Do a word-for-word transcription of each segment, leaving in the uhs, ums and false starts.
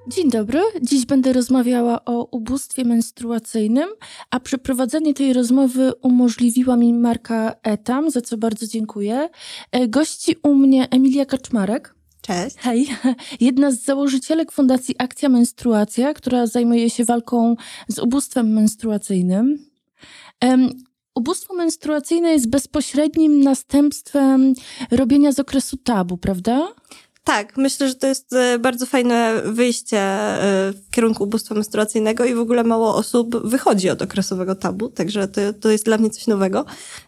Dzień dobry. Dziś będę rozmawiała o ubóstwie menstruacyjnym, a przeprowadzenie tej rozmowy umożliwiła mi marka Etam, za co bardzo dziękuję. Gości u mnie Emilia Kaczmarek. Cześć. Hej. Jedna z założycielek Fundacji Akcja Menstruacja, która zajmuje się walką z ubóstwem menstruacyjnym. Um, Ubóstwo menstruacyjne jest bezpośrednim następstwem robienia z okresu tabu, prawda? Tak, myślę, że to jest bardzo fajne wyjście w kierunku ubóstwa menstruacyjnego i w ogóle mało osób wychodzi od okresowego tabu, także to, to jest dla mnie coś nowego.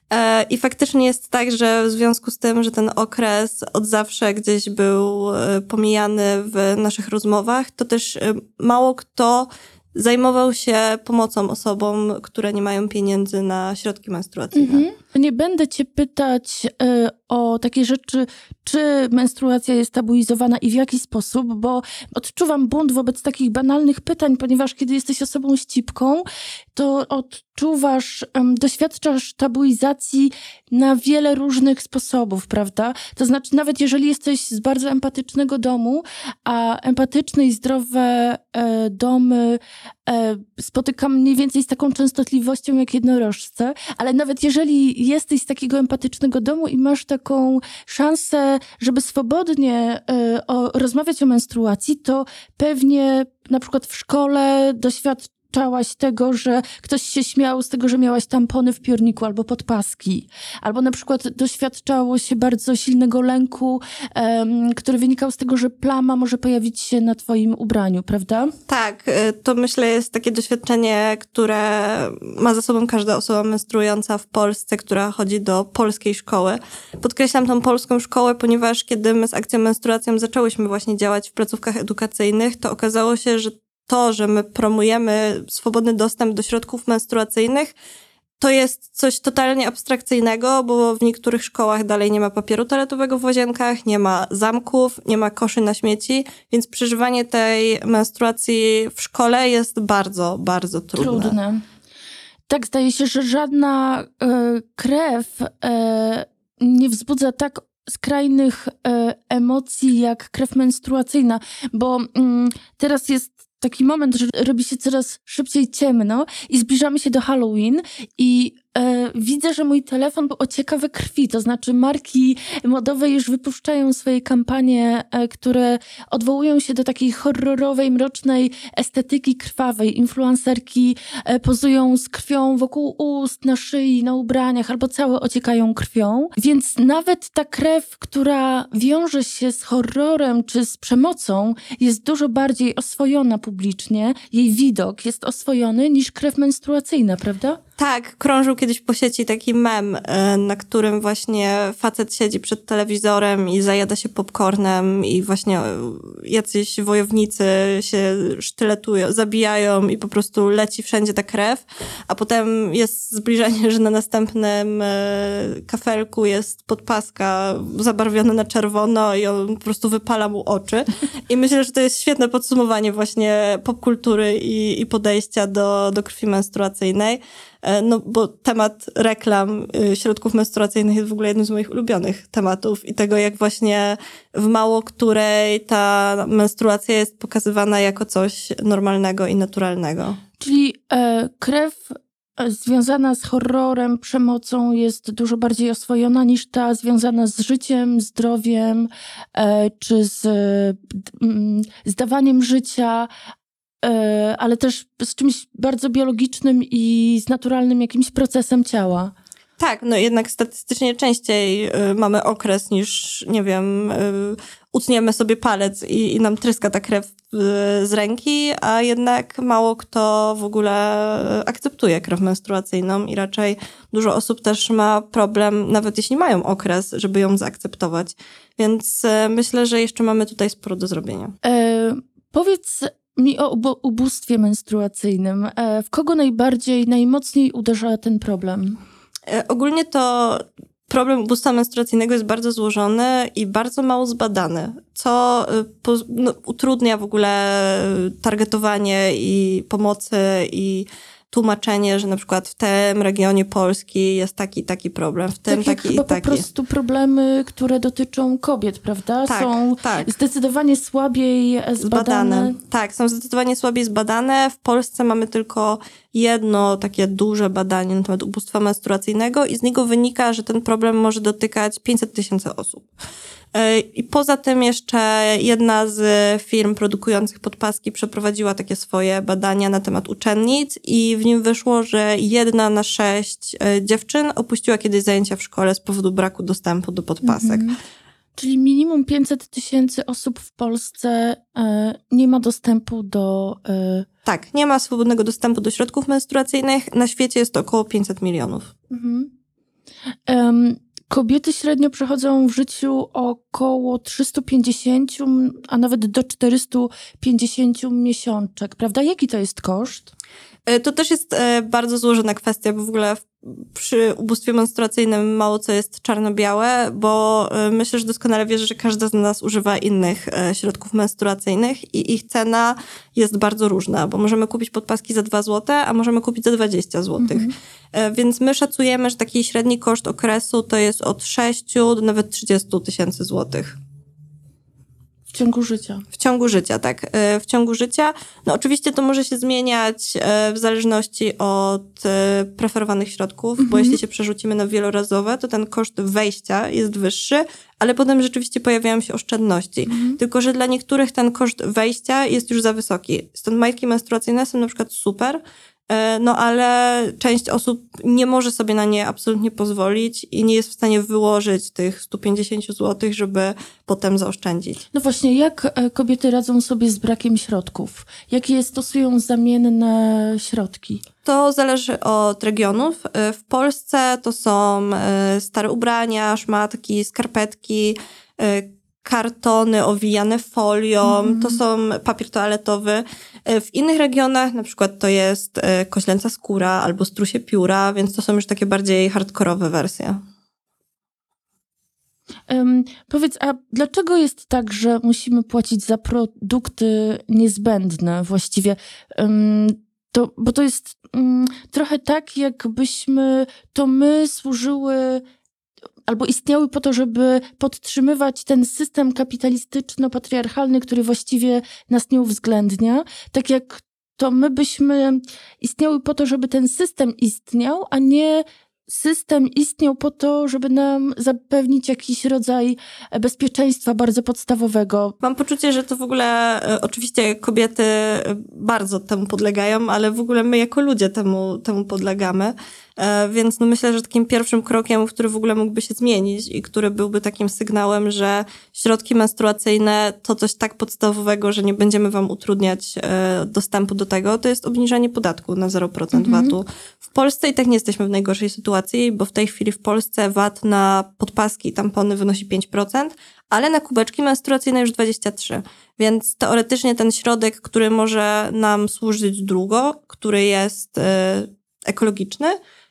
I faktycznie jest tak, że w związku z tym, że ten okres od zawsze gdzieś był pomijany w naszych rozmowach, to też mało kto zajmował się pomocą osobom, które nie mają pieniędzy na środki menstruacyjne. Mhm. Nie będę cię pytać y, o takie rzeczy, czy menstruacja jest tabuizowana i w jaki sposób, bo odczuwam bunt wobec takich banalnych pytań, ponieważ kiedy jesteś osobą ścipką, to odczuwasz, um, doświadczasz tabuizacji na wiele różnych sposobów, prawda? To znaczy, nawet jeżeli jesteś z bardzo empatycznego domu, a empatyczne i zdrowe e, domy e, spotykam mniej więcej z taką częstotliwością jak jednorożce, ale nawet jeżeli jesteś z takiego empatycznego domu i masz taką szansę, żeby swobodnie e, o, rozmawiać o menstruacji, to pewnie na przykład w szkole doświadczasz tego, że ktoś się śmiał z tego, że miałaś tampony w piórniku albo podpaski. Albo na przykład doświadczało się bardzo silnego lęku, um, który wynikał z tego, że plama może pojawić się na twoim ubraniu, prawda? Tak, to myślę jest takie doświadczenie, które ma za sobą każda osoba menstruująca w Polsce, która chodzi do polskiej szkoły. Podkreślam tą polską szkołę, ponieważ kiedy my z Akcją Menstruacją zaczęłyśmy właśnie działać w placówkach edukacyjnych, to okazało się, że to, że my promujemy swobodny dostęp do środków menstruacyjnych, to jest coś totalnie abstrakcyjnego, bo w niektórych szkołach dalej nie ma papieru toaletowego w łazienkach, nie ma zamków, nie ma koszy na śmieci, więc przeżywanie tej menstruacji w szkole jest bardzo, bardzo trudne. Trudne. Tak, zdaje się, że żadna y, krew y, nie wzbudza tak skrajnych y, emocji jak krew menstruacyjna, bo y, teraz jest taki moment, że robi się coraz szybciej ciemno i zbliżamy się do Halloween i e, widzę, że mój telefon ocieka we krwi, to znaczy marki modowe już wypuszczają swoje kampanie, e, które odwołują się do takiej horrorowej, mrocznej estetyki krwawej. Influencerki e, pozują z krwią wokół ust, na szyi, na ubraniach, albo całe ociekają krwią. Więc nawet ta krew, która wiąże się z horrorem czy z przemocą, jest dużo bardziej oswojona publicznie. Jej widok jest oswojony niż krew menstruacyjna, prawda? Tak, krążył kiedyś po sieci taki mem, na którym właśnie facet siedzi przed telewizorem i zajada się popcornem i właśnie jacyś wojownicy się sztyletują, zabijają i po prostu leci wszędzie ta krew, a potem jest zbliżenie, że na następnym kafelku jest podpaska zabarwiona na czerwono i on po prostu wypala mu oczy. I myślę, że to jest świetne podsumowanie właśnie popkultury i, i podejścia do, do krwi menstruacyjnej. No bo temat reklam środków menstruacyjnych jest w ogóle jednym z moich ulubionych tematów i tego, jak właśnie w mało której ta menstruacja jest pokazywana jako coś normalnego i naturalnego. Czyli e, krew związana z horrorem, przemocą jest dużo bardziej oswojona niż ta związana z życiem, zdrowiem e, czy z, z dawaniem życia, ale też z czymś bardzo biologicznym i z naturalnym jakimś procesem ciała. Tak, no jednak statystycznie częściej y, mamy okres niż, nie wiem, y, utniemy sobie palec i, i nam tryska ta krew y, z ręki, a jednak mało kto w ogóle akceptuje krew menstruacyjną i raczej dużo osób też ma problem, nawet jeśli mają okres, żeby ją zaakceptować. Więc y, myślę, że jeszcze mamy tutaj sporo do zrobienia. E, powiedz mi o ubóstwie menstruacyjnym. W kogo najbardziej, najmocniej uderza ten problem? Ogólnie to problem ubóstwa menstruacyjnego jest bardzo złożony i bardzo mało zbadany, co po, no, utrudnia w ogóle targetowanie i pomocy i tłumaczenie, że na przykład w tym regionie Polski jest taki taki problem, w tym tak taki jak chyba i taki. Po prostu problemy, które dotyczą kobiet, prawda? Tak, są tak. zdecydowanie słabiej zbadane. zbadane. Tak, są zdecydowanie słabiej zbadane. W Polsce mamy tylko jedno takie duże badanie na temat ubóstwa menstruacyjnego i z niego wynika, że ten problem może dotykać pięćset tysięcy osób. I poza tym jeszcze jedna z firm produkujących podpaski przeprowadziła takie swoje badania na temat uczennic i w nim wyszło, że jedna na sześć dziewczyn opuściła kiedyś zajęcia w szkole z powodu braku dostępu do podpasek. Mhm. Czyli minimum pięćset tysięcy osób w Polsce e, nie ma dostępu do... E... Tak, nie ma swobodnego dostępu do środków menstruacyjnych. Na świecie jest to około pięćset milionów. Mhm. Um, Kobiety średnio przechodzą w życiu około trzysta pięćdziesiąt, a nawet do czterysta pięćdziesiąt miesiączek, prawda? Jaki to jest koszt? To też jest bardzo złożona kwestia, bo w ogóle przy ubóstwie menstruacyjnym mało co jest czarno-białe, bo myślę, że doskonale wiesz, że każda z nas używa innych środków menstruacyjnych i ich cena jest bardzo różna, bo możemy kupić podpaski za dwa złote, a możemy kupić za dwadzieścia złotych. Mhm. Więc my szacujemy, że taki średni koszt okresu to jest od sześciu do nawet trzydziestu tysięcy złotych. W ciągu życia. W ciągu życia, tak. W ciągu życia. No oczywiście to może się zmieniać w zależności od preferowanych środków, mm-hmm. bo jeśli się przerzucimy na wielorazowe, to ten koszt wejścia jest wyższy, ale potem rzeczywiście pojawiają się oszczędności. Mm-hmm. Tylko że dla niektórych ten koszt wejścia jest już za wysoki. Stąd majtki menstruacyjne są na przykład super, no ale część osób nie może sobie na nie absolutnie pozwolić i nie jest w stanie wyłożyć tych stu pięćdziesięciu złotych, żeby potem zaoszczędzić. No właśnie, jak kobiety radzą sobie z brakiem środków? Jakie stosują zamienne środki? To zależy od regionów. W Polsce to są stare ubrania, szmatki, skarpetki, kartony owijane folią, mm. to są papier toaletowy. W innych regionach na przykład to jest koźlęca skóra albo strusie pióra, więc to są już takie bardziej hardkorowe wersje. Um, powiedz, a dlaczego jest tak, że musimy płacić za produkty niezbędne właściwie? Um, to, bo to jest um, trochę tak, jakbyśmy to my służyły albo istniały po to, żeby podtrzymywać ten system kapitalistyczno-patriarchalny, który właściwie nas nie uwzględnia. Tak jak to my byśmy istniały po to, żeby ten system istniał, a nie system istniał po to, żeby nam zapewnić jakiś rodzaj bezpieczeństwa bardzo podstawowego. Mam poczucie, że to w ogóle oczywiście kobiety bardzo temu podlegają, ale w ogóle my jako ludzie temu, temu podlegamy. Więc no myślę, że takim pierwszym krokiem, który w ogóle mógłby się zmienić i który byłby takim sygnałem, że środki menstruacyjne to coś tak podstawowego, że nie będziemy wam utrudniać dostępu do tego, to jest obniżenie podatku na zero procent mhm. vatu. W Polsce i tak nie jesteśmy w najgorszej sytuacji, bo w tej chwili w Polsce vat na podpaski i tampony wynosi pięć procent, ale na kubeczki menstruacyjne już dwadzieścia trzy procent. Więc teoretycznie ten środek, który może nam służyć długo, który jest ekologiczny,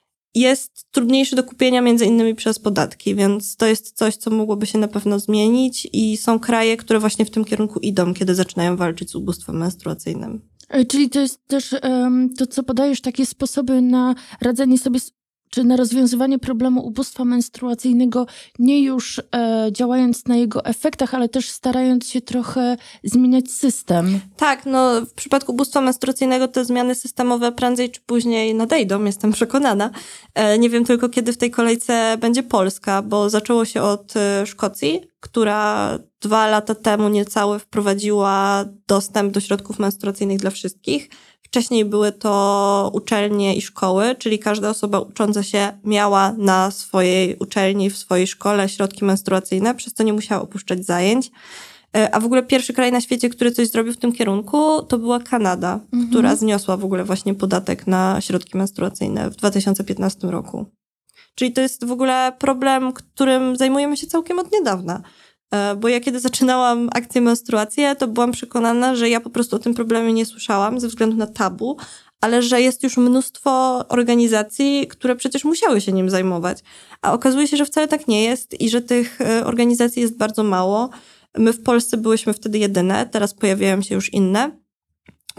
jest trudniejszy do kupienia między innymi przez podatki, więc to jest coś, co mogłoby się na pewno zmienić i są kraje, które właśnie w tym kierunku idą, kiedy zaczynają walczyć z ubóstwem menstruacyjnym. Czyli to jest też um, to, co podajesz, takie sposoby na radzenie sobie z czy na rozwiązywanie problemu ubóstwa menstruacyjnego, nie już e, działając na jego efektach, ale też starając się trochę zmieniać system. Tak, no w przypadku ubóstwa menstruacyjnego te zmiany systemowe prędzej czy później nadejdą, jestem przekonana. E, nie wiem tylko, kiedy w tej kolejce będzie Polska, bo zaczęło się od e, Szkocji, która dwa lata temu niecałe wprowadziła dostęp do środków menstruacyjnych dla wszystkich. Wcześniej były to uczelnie i szkoły, czyli każda osoba ucząca się miała na swojej uczelni, w swojej szkole środki menstruacyjne, przez co nie musiała opuszczać zajęć. A w ogóle pierwszy kraj na świecie, który coś zrobił w tym kierunku, to była Kanada, mhm. która zniosła w ogóle właśnie podatek na środki menstruacyjne w dwa tysiące piętnastym roku. Czyli to jest w ogóle problem, którym zajmujemy się całkiem od niedawna. Bo ja kiedy zaczynałam akcję menstruację, to byłam przekonana, że ja po prostu o tym problemie nie słyszałam ze względu na tabu, ale że jest już mnóstwo organizacji, które przecież musiały się nim zajmować. A okazuje się, że wcale tak nie jest i że tych organizacji jest bardzo mało. My w Polsce byłyśmy wtedy jedyne, teraz pojawiają się już inne.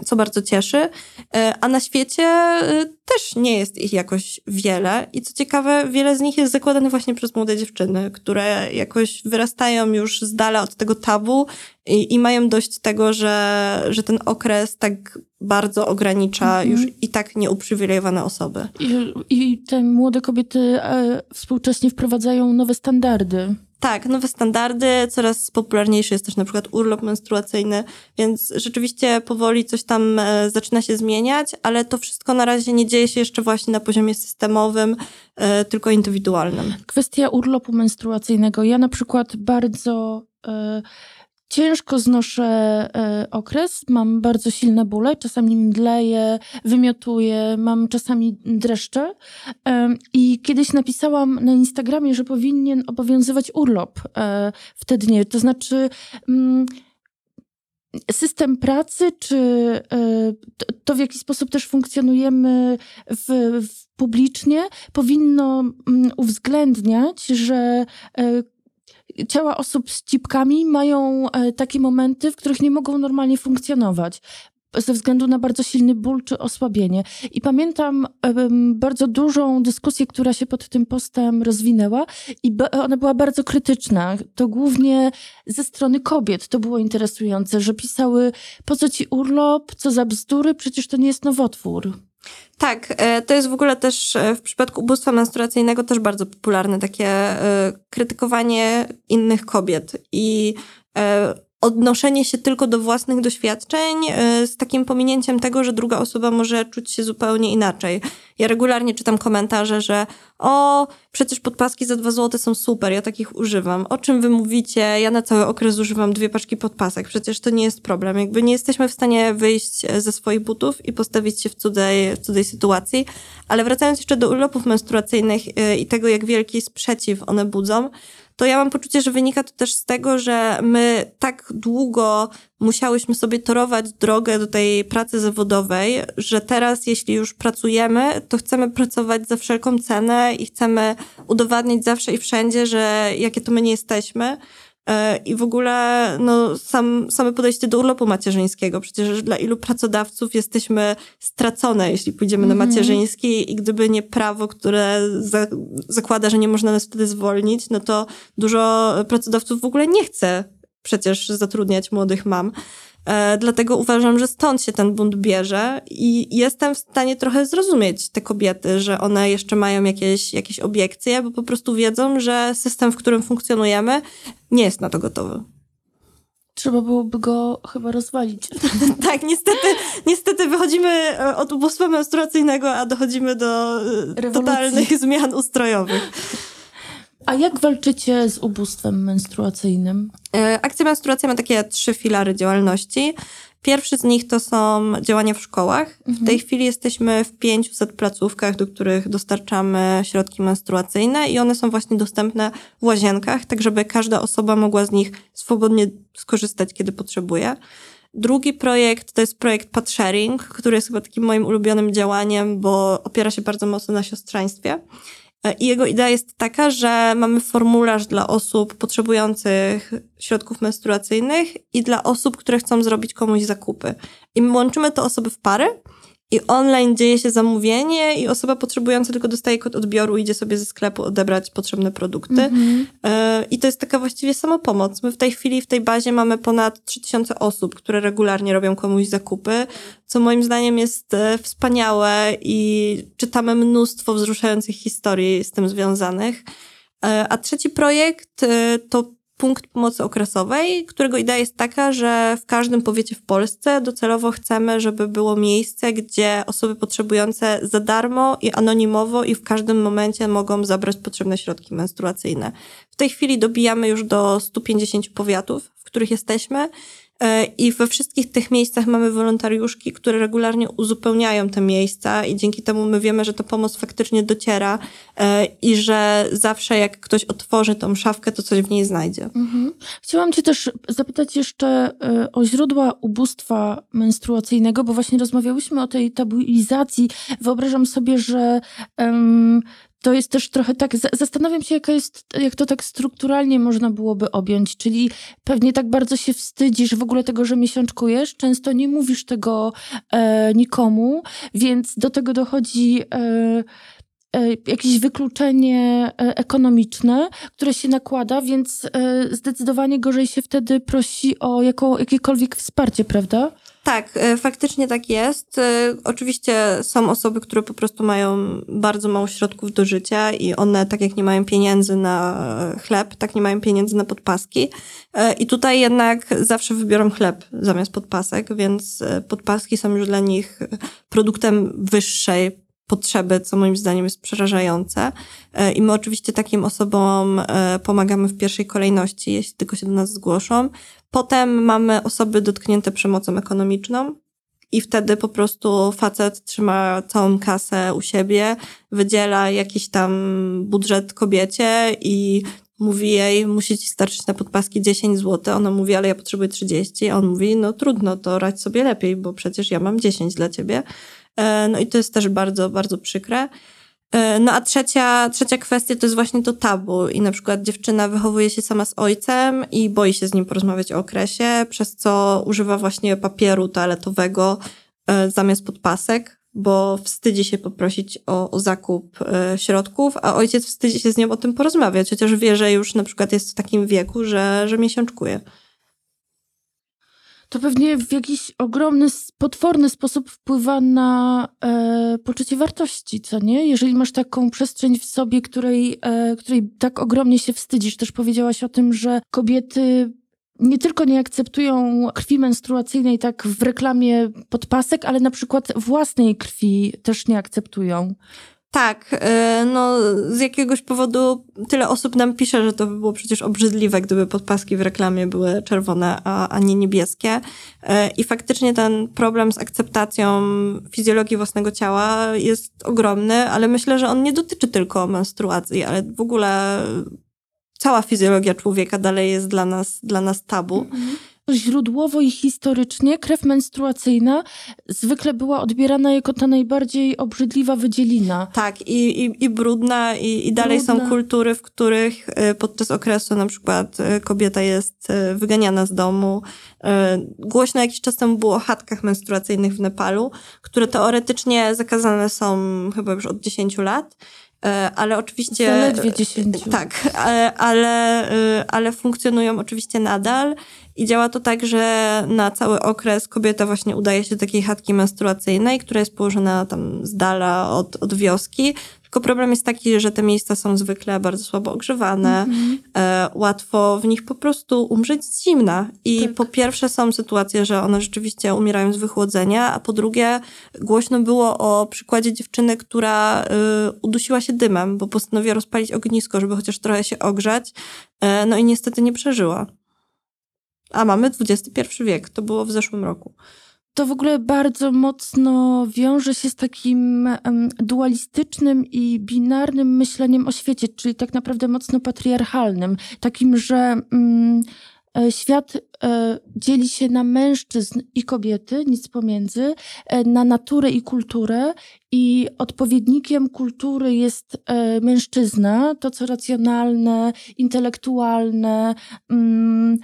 co bardzo cieszy, a na świecie też nie jest ich jakoś wiele i co ciekawe, wiele z nich jest zakładane właśnie przez młode dziewczyny, które jakoś wyrastają już z dala od tego tabu i, i mają dość tego, że, że ten okres tak bardzo ogranicza mhm. już i tak nieuprzywilejowane osoby. I, i te młode kobiety e, współcześnie wprowadzają nowe standardy. Tak, nowe standardy, coraz popularniejszy jest też na przykład urlop menstruacyjny, więc rzeczywiście powoli coś tam e, zaczyna się zmieniać, ale to wszystko na razie nie dzieje się jeszcze właśnie na poziomie systemowym, e, tylko indywidualnym. Kwestia urlopu menstruacyjnego. Ja na przykład bardzo e, ciężko znoszę e, okres, mam bardzo silne bóle, czasami mdleję, wymiotuję, mam czasami dreszcze e, i kiedyś napisałam na Instagramie, że powinien obowiązywać urlop e, w te dni, to znaczy mm, system pracy, czy e, to, to w jaki sposób też funkcjonujemy w, w publicznie, powinno mm, uwzględniać, że e, ciała osób z cipkami mają takie momenty, w których nie mogą normalnie funkcjonować ze względu na bardzo silny ból czy osłabienie. I pamiętam um, bardzo dużą dyskusję, która się pod tym postem rozwinęła i ba- ona była bardzo krytyczna. To głównie ze strony kobiet to było interesujące, że pisały, po co ci urlop, co za bzdury, przecież to nie jest nowotwór. Tak, to jest w ogóle też w przypadku ubóstwa menstruacyjnego też bardzo popularne takie krytykowanie innych kobiet i odnoszenie się tylko do własnych doświadczeń z takim pominięciem tego, że druga osoba może czuć się zupełnie inaczej. Ja regularnie czytam komentarze, że o, przecież podpaski za dwa złote są super, ja takich używam. O czym wy mówicie? Ja na cały okres używam dwie paczki podpasek. Przecież to nie jest problem. Jakby nie jesteśmy w stanie wyjść ze swoich butów i postawić się w cudzej, w cudzej sytuacji. Ale wracając jeszcze do urlopów menstruacyjnych i tego, jak wielki sprzeciw one budzą, to ja mam poczucie, że wynika to też z tego, że my tak długo musiałyśmy sobie torować drogę do tej pracy zawodowej, że teraz jeśli już pracujemy, to chcemy pracować za wszelką cenę i chcemy udowadniać zawsze i wszędzie, że jakie to my nie jesteśmy. I w ogóle no, sam, same podejście do urlopu macierzyńskiego. Przecież dla ilu pracodawców jesteśmy stracone, jeśli pójdziemy mm-hmm. na macierzyński i gdyby nie prawo, które za, zakłada, że nie można nas wtedy zwolnić, no to dużo pracodawców w ogóle nie chce przecież zatrudniać młodych mam. E, dlatego uważam, że stąd się ten bunt bierze i jestem w stanie trochę zrozumieć te kobiety, że one jeszcze mają jakieś, jakieś obiekcje, bo po prostu wiedzą, że system, w którym funkcjonujemy, nie jest na to gotowy. Trzeba byłoby go chyba rozwalić. Tak, niestety, niestety wychodzimy od ubóstwa menstruacyjnego, a dochodzimy do Rewolucji. Totalnych zmian ustrojowych. A jak walczycie z ubóstwem menstruacyjnym? Akcja Menstruacja ma takie trzy filary działalności. Pierwszy z nich to są działania w szkołach. Mhm. W tej chwili jesteśmy w pięciuset placówkach, do których dostarczamy środki menstruacyjne i one są właśnie dostępne w łazienkach, tak żeby każda osoba mogła z nich swobodnie skorzystać, kiedy potrzebuje. Drugi projekt to jest projekt Pad Sharing, który jest chyba takim moim ulubionym działaniem, bo opiera się bardzo mocno na siostrzeństwie. I jego idea jest taka, że mamy formularz dla osób potrzebujących środków menstruacyjnych i dla osób, które chcą zrobić komuś zakupy. I my łączymy te osoby w pary i online dzieje się zamówienie i osoba potrzebująca tylko dostaje kod odbioru i idzie sobie ze sklepu odebrać potrzebne produkty. Mm-hmm. I to jest taka właściwie samopomoc. My w tej chwili w tej bazie mamy ponad trzy tysiące osób, które regularnie robią komuś zakupy, co moim zdaniem jest wspaniałe i czytamy mnóstwo wzruszających historii z tym związanych. A trzeci projekt to punkt pomocy okresowej, którego idea jest taka, że w każdym powiecie w Polsce docelowo chcemy, żeby było miejsce, gdzie osoby potrzebujące za darmo i anonimowo i w każdym momencie mogą zabrać potrzebne środki menstruacyjne. W tej chwili dobijamy już do stu pięćdziesięciu powiatów, w których jesteśmy i we wszystkich tych miejscach mamy wolontariuszki, które regularnie uzupełniają te miejsca i dzięki temu my wiemy, że ta pomoc faktycznie dociera i że zawsze jak ktoś otworzy tą szafkę, to coś w niej znajdzie. Mhm. Chciałam cię też zapytać jeszcze o źródła ubóstwa menstruacyjnego, bo właśnie rozmawiałyśmy o tej tabuizacji. Wyobrażam sobie, że um, to jest też trochę tak, zastanawiam się, jaka jest, jak to tak strukturalnie można byłoby objąć, czyli pewnie tak bardzo się wstydzisz w ogóle tego, że miesiączkujesz, często nie mówisz tego e, nikomu, więc do tego dochodzi e, e, jakieś wykluczenie e, ekonomiczne, które się nakłada, więc e, zdecydowanie gorzej się wtedy prosi o jako, jakiekolwiek wsparcie, prawda? Tak, faktycznie tak jest. Oczywiście są osoby, które po prostu mają bardzo mało środków do życia i one, tak jak nie mają pieniędzy na chleb, tak nie mają pieniędzy na podpaski. I tutaj jednak zawsze wybiorą chleb zamiast podpasek, więc podpaski są już dla nich produktem wyższej potrzeby, co moim zdaniem jest przerażające. I my oczywiście takim osobom pomagamy w pierwszej kolejności, jeśli tylko się do nas zgłoszą. Potem mamy osoby dotknięte przemocą ekonomiczną i wtedy po prostu facet trzyma całą kasę u siebie, wydziela jakiś tam budżet kobiecie i mówi jej, musi ci starczyć na podpaski dziesięć złotych. Ona mówi, ale ja potrzebuję trzydzieści. A on mówi, no trudno, to radź sobie lepiej, bo przecież ja mam dziesięć dla ciebie. No i to jest też bardzo, bardzo przykre. No a trzecia, trzecia kwestia to jest właśnie to tabu i na przykład dziewczyna wychowuje się sama z ojcem i boi się z nim porozmawiać o okresie, przez co używa właśnie papieru toaletowego zamiast podpasek, bo wstydzi się poprosić o, o zakup środków, a ojciec wstydzi się z nią o tym porozmawiać, chociaż wie, że już na przykład jest w takim wieku, że, że miesiączkuje. To pewnie w jakiś ogromny, potworny sposób wpływa na e, poczucie wartości, co nie? Jeżeli masz taką przestrzeń w sobie, której, e, której tak ogromnie się wstydzisz. Też powiedziałaś o tym, że kobiety nie tylko nie akceptują krwi menstruacyjnej tak w reklamie podpasek, ale na przykład własnej krwi też nie akceptują. Tak, no z jakiegoś powodu tyle osób nam pisze, że to by było przecież obrzydliwe, gdyby podpaski w reklamie były czerwone, a, a nie niebieskie. I faktycznie ten problem z akceptacją fizjologii własnego ciała jest ogromny, ale myślę, że on nie dotyczy tylko menstruacji, ale w ogóle cała fizjologia człowieka dalej jest dla nas, dla nas tabu. Mhm. Źródłowo i historycznie krew menstruacyjna zwykle była odbierana jako ta najbardziej obrzydliwa wydzielina. Tak, i, i, i brudna, i, i dalej brudna. Są kultury, w których podczas okresu na przykład kobieta jest wyganiana z domu. Głośno jakiś czas temu było o chatkach menstruacyjnych w Nepalu, które teoretycznie zakazane są chyba już od dziesięciu lat. Ale oczywiście... Zaledwie dziesięciu. Tak, ale, ale, ale funkcjonują oczywiście nadal i działa to tak, że na cały okres kobieta właśnie udaje się do takiej chatki menstruacyjnej, która jest położona tam z dala od, od wioski. Tylko problem jest taki, że te miejsca są zwykle bardzo słabo ogrzewane, mm-hmm. e, łatwo w nich po prostu umrzeć z zimna. I tak. Po pierwsze są sytuacje, że one rzeczywiście umierają z wychłodzenia, a po drugie głośno było o przykładzie dziewczyny, która y, udusiła się dymem, bo postanowiła rozpalić ognisko, żeby chociaż trochę się ogrzać, e, no i niestety nie przeżyła. A mamy dwudziesty pierwszy wiek, to było w zeszłym roku. To w ogóle bardzo mocno wiąże się z takim um, dualistycznym i binarnym myśleniem o świecie, czyli tak naprawdę mocno patriarchalnym. Takim, że um, świat e, dzieli się na mężczyzn i kobiety, nic pomiędzy, e, na naturę i kulturę i odpowiednikiem kultury jest e, mężczyzna, to co racjonalne, intelektualne, um,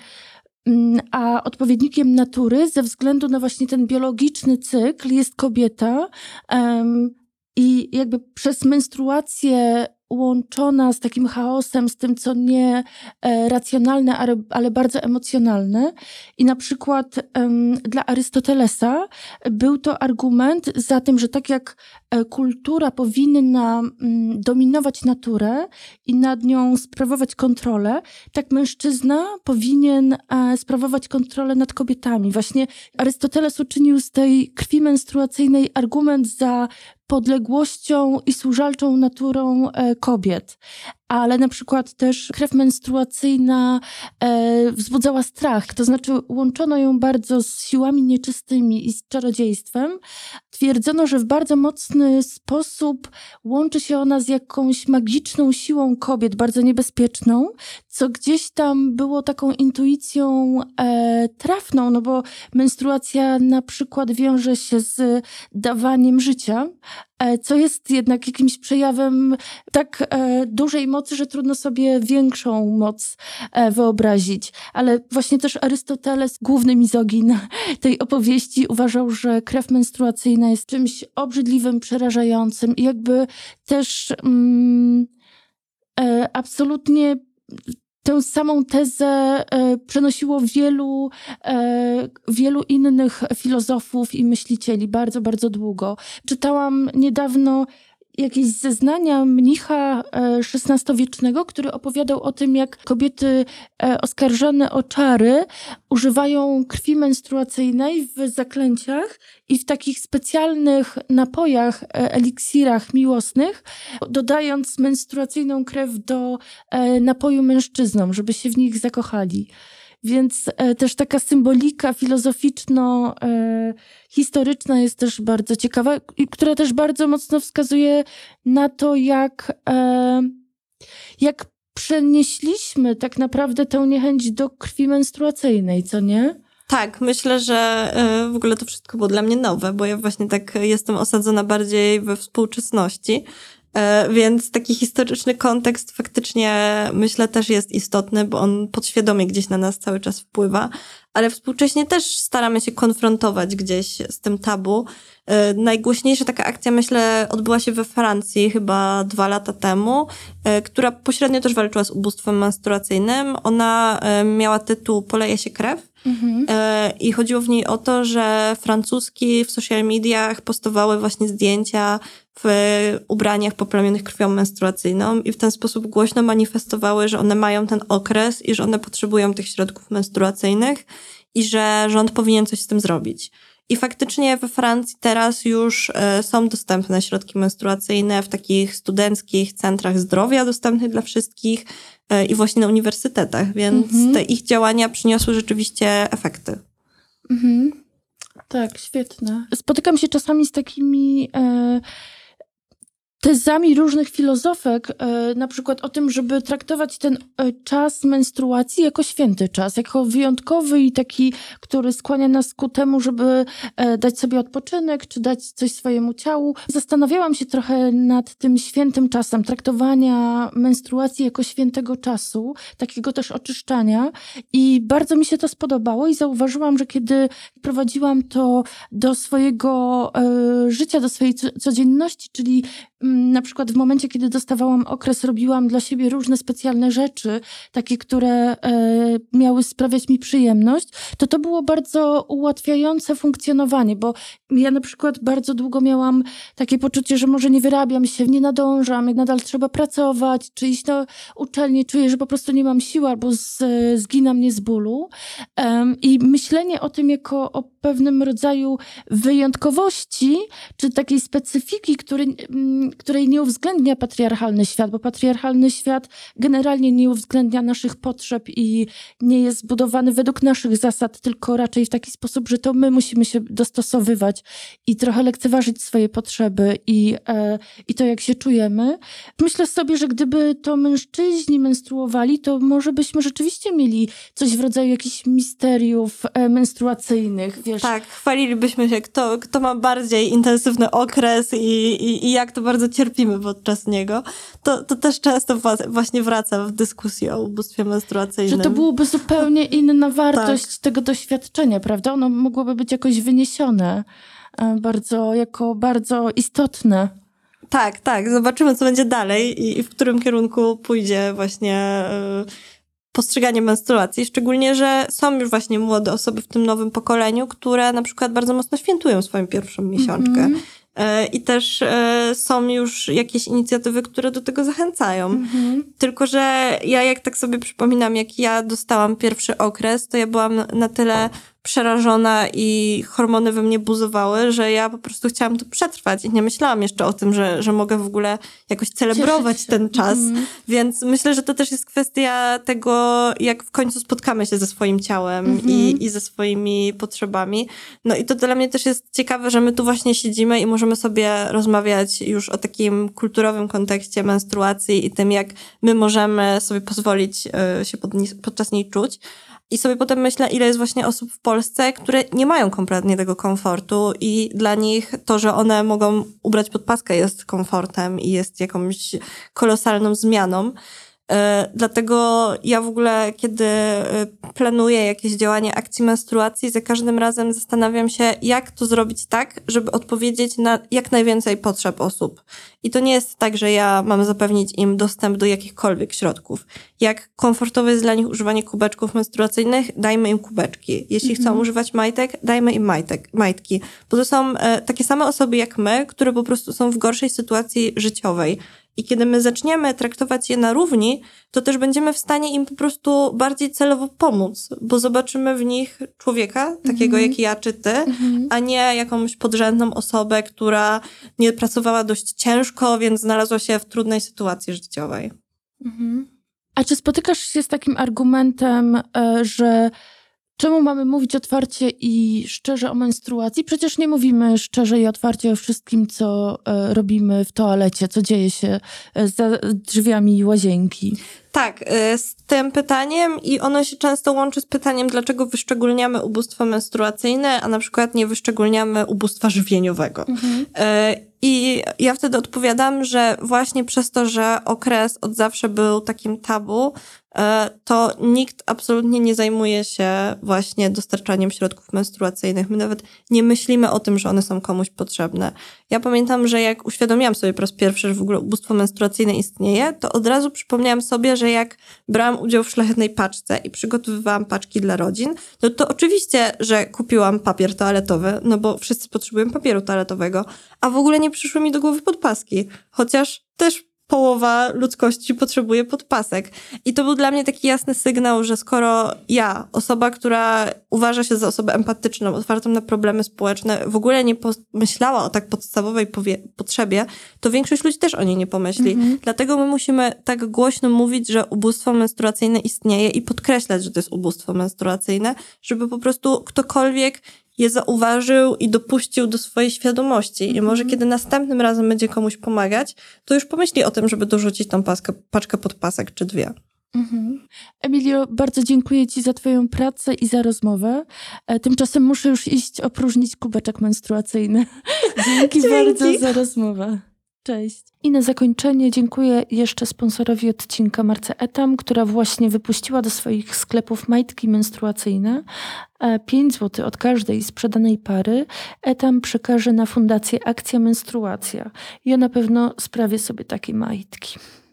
a odpowiednikiem natury ze względu na właśnie ten biologiczny cykl jest kobieta um, i jakby przez menstruację łączona z takim chaosem, z tym, co nie e, racjonalne, ale, ale bardzo emocjonalne. I na przykład um, dla Arystotelesa był to argument za tym, że tak jak e, kultura powinna um, dominować naturę i nad nią sprawować kontrolę, tak mężczyzna powinien e, sprawować kontrolę nad kobietami. Właśnie Arystoteles uczynił z tej krwi menstruacyjnej argument za podległością i służalczą naturą e, kobiet. Ale na przykład też krew menstruacyjna e, wzbudzała strach, to znaczy łączono ją bardzo z siłami nieczystymi i z czarodziejstwem. Twierdzono, że w bardzo mocny sposób łączy się ona z jakąś magiczną siłą kobiet, bardzo niebezpieczną, co gdzieś tam było taką intuicją e, trafną, no bo menstruacja na przykład wiąże się z dawaniem życia, co jest jednak jakimś przejawem tak dużej mocy, że trudno sobie większą moc wyobrazić. Ale właśnie też Arystoteles, główny mizogin tej opowieści, uważał, że krew menstruacyjna jest czymś obrzydliwym, przerażającym i jakby też mm, absolutnie tę samą tezę e, przenosiło wielu, e, wielu innych filozofów i myślicieli bardzo, bardzo długo. Czytałam niedawno jakieś zeznania mnicha szesnastowiecznego, który opowiadał o tym, jak kobiety oskarżane o czary używają krwi menstruacyjnej w zaklęciach i w takich specjalnych napojach, eliksirach miłosnych, dodając menstruacyjną krew do napoju mężczyznom, żeby się w nich zakochali. Więc e, też taka symbolika filozoficzno-historyczna e, jest też bardzo ciekawa, i która też bardzo mocno wskazuje na to, jak, e, jak przenieśliśmy tak naprawdę tę niechęć do krwi menstruacyjnej, co nie? Tak, myślę, że w ogóle to wszystko było dla mnie nowe, bo ja właśnie tak jestem osadzona bardziej we współczesności. Więc taki historyczny kontekst faktycznie, myślę, też jest istotny, bo on podświadomie gdzieś na nas cały czas wpływa, ale współcześnie też staramy się konfrontować gdzieś z tym tabu. Najgłośniejsza taka akcja, myślę, odbyła się we Francji chyba dwa lata temu, która pośrednio też walczyła z ubóstwem menstruacyjnym. Ona miała tytuł Poleje się krew. Mhm. I chodziło w niej o to, że francuski w social mediach postowały właśnie zdjęcia w ubraniach poplamionych krwią menstruacyjną i w ten sposób głośno manifestowały, że one mają ten okres i że one potrzebują tych środków menstruacyjnych i że rząd powinien coś z tym zrobić. I faktycznie we Francji teraz już są dostępne środki menstruacyjne w takich studenckich centrach zdrowia dostępnych dla wszystkich i właśnie na uniwersytetach, więc mhm. te ich działania przyniosły rzeczywiście efekty. Mhm. Tak, świetne. Spotykam się czasami z takimi e, tezami różnych filozofek, e, na przykład o tym, żeby traktować ten e, czas menstruacji jako święty czas, jako wyjątkowy i taki, który skłania nas ku temu, żeby e, dać sobie odpoczynek, czy dać coś swojemu ciału. Zastanawiałam się trochę nad tym świętym czasem, traktowania menstruacji jako świętego czasu, takiego też oczyszczania i bardzo mi się to spodobało i zauważyłam, że kiedy prowadziłam to do swojego e, życia, do swojej co- codzienności, czyli na przykład w momencie, kiedy dostawałam okres, robiłam dla siebie różne specjalne rzeczy, takie, które e, miały sprawiać mi przyjemność, to to było bardzo ułatwiające funkcjonowanie, bo ja na przykład bardzo długo miałam takie poczucie, że może nie wyrabiam się, nie nadążam, nadal trzeba pracować, czy iść na uczelnię, czuję, że po prostu nie mam siły albo z, zgina mnie z bólu. Um, I myślenie o tym jako o pewnym rodzaju wyjątkowości, czy takiej specyfiki, który, której nie uwzględnia patriarchalny świat, bo patriarchalny świat generalnie nie uwzględnia naszych potrzeb i nie jest zbudowany według naszych zasad, tylko raczej w taki sposób, że to my musimy się dostosowywać i trochę lekceważyć swoje potrzeby i, e, i to, jak się czujemy. Myślę sobie, że gdyby to mężczyźni menstruowali, to może byśmy rzeczywiście mieli coś w rodzaju jakichś misteriów e, menstruacyjnych, wiesz. Tak, chwalilibyśmy się, kto, kto ma bardziej intensywny okres i, i, i jak to bardzo cierpimy podczas niego. To, to też często właśnie wraca w dyskusji o ubóstwie menstruacyjnym. Że to byłoby zupełnie inna wartość tak. tego doświadczenia, prawda? Ono mogłoby być jakoś wyniesione bardzo, jako bardzo istotne. Tak, tak. Zobaczymy, co będzie dalej i, i w którym kierunku pójdzie właśnie yy, postrzeganie menstruacji. Szczególnie, że są już właśnie młode osoby w tym nowym pokoleniu, które na przykład bardzo mocno świętują swoją pierwszą miesiączkę. Mm-hmm. I też są już jakieś inicjatywy, które do tego zachęcają. Mm-hmm. Tylko, że ja jak tak sobie przypominam, jak ja dostałam pierwszy okres, to ja byłam na tyle przerażona i hormony we mnie buzowały, że ja po prostu chciałam to przetrwać i nie myślałam jeszcze o tym, że, że mogę w ogóle jakoś celebrować ten czas. Mm. Więc myślę, że to też jest kwestia tego, jak w końcu spotkamy się ze swoim ciałem mm-hmm. i, i ze swoimi potrzebami. No i to dla mnie też jest ciekawe, że my tu właśnie siedzimy i możemy sobie rozmawiać już o takim kulturowym kontekście menstruacji i tym, jak my możemy sobie pozwolić się pod, podczas niej czuć. I sobie potem myślę, ile jest właśnie osób w Polsce, które nie mają kompletnie tego komfortu i dla nich to, że one mogą ubrać podpaskę jest komfortem i jest jakąś kolosalną zmianą. Dlatego ja w ogóle, kiedy planuję jakieś działanie akcji menstruacji, za każdym razem zastanawiam się, jak to zrobić tak, żeby odpowiedzieć na jak najwięcej potrzeb osób. I to nie jest tak, że ja mam zapewnić im dostęp do jakichkolwiek środków. Jak komfortowe jest dla nich używanie kubeczków menstruacyjnych, dajmy im kubeczki. Jeśli mhm. chcą używać majtek, dajmy im majtek, majtki. Bo to są e, takie same osoby jak my, które po prostu są w gorszej sytuacji życiowej. I kiedy my zaczniemy traktować je na równi, to też będziemy w stanie im po prostu bardziej celowo pomóc, bo zobaczymy w nich człowieka, takiego mm-hmm. jak ja czy ty, mm-hmm. a nie jakąś podrzędną osobę, która nie pracowała dość ciężko, więc znalazła się w trudnej sytuacji życiowej. Mm-hmm. A czy spotykasz się z takim argumentem, że czemu mamy mówić otwarcie i szczerze o menstruacji? Przecież nie mówimy szczerze i otwarcie o wszystkim, co e, robimy w toalecie, co dzieje się za drzwiami łazienki. Tak, z tym pytaniem i ono się często łączy z pytaniem, dlaczego wyszczególniamy ubóstwo menstruacyjne, a na przykład nie wyszczególniamy ubóstwa żywieniowego. Mhm. I ja wtedy odpowiadam, że właśnie przez to, że okres od zawsze był takim tabu, to nikt absolutnie nie zajmuje się właśnie dostarczaniem środków menstruacyjnych. My nawet nie myślimy o tym, że one są komuś potrzebne. Ja pamiętam, że jak uświadomiłam sobie po raz pierwszy, że w ogóle ubóstwo menstruacyjne istnieje, to od razu przypomniałam sobie, że jak brałam udział w Szlachetnej Paczce i przygotowywałam paczki dla rodzin, no to oczywiście, że kupiłam papier toaletowy, no bo wszyscy potrzebują papieru toaletowego, a w ogóle nie przyszły mi do głowy podpaski, chociaż też połowa ludzkości potrzebuje podpasek. I to był dla mnie taki jasny sygnał, że skoro ja, osoba, która uważa się za osobę empatyczną, otwartą na problemy społeczne, w ogóle nie pomyślała o tak podstawowej powie- potrzebie, to większość ludzi też o niej nie pomyśli. Mhm. Dlatego my musimy tak głośno mówić, że ubóstwo menstruacyjne istnieje i podkreślać, że to jest ubóstwo menstruacyjne, żeby po prostu ktokolwiek je zauważył i dopuścił do swojej świadomości. I może kiedy następnym razem będzie komuś pomagać, to już pomyśli o tym, żeby dorzucić tą paskę, paczkę podpasek czy dwie. Mhm. Emilio, bardzo dziękuję ci za twoją pracę i za rozmowę. Tymczasem muszę już iść opróżnić kubeczek menstruacyjny. Dzięki, Dzięki bardzo za rozmowę. Cześć. I na zakończenie dziękuję jeszcze sponsorowi odcinka Marce Etam, która właśnie wypuściła do swoich sklepów majtki menstruacyjne. pięć złotych od każdej sprzedanej pary Etam przekaże na fundację Akcja Menstruacja. Ja na pewno sprawię sobie takie majtki.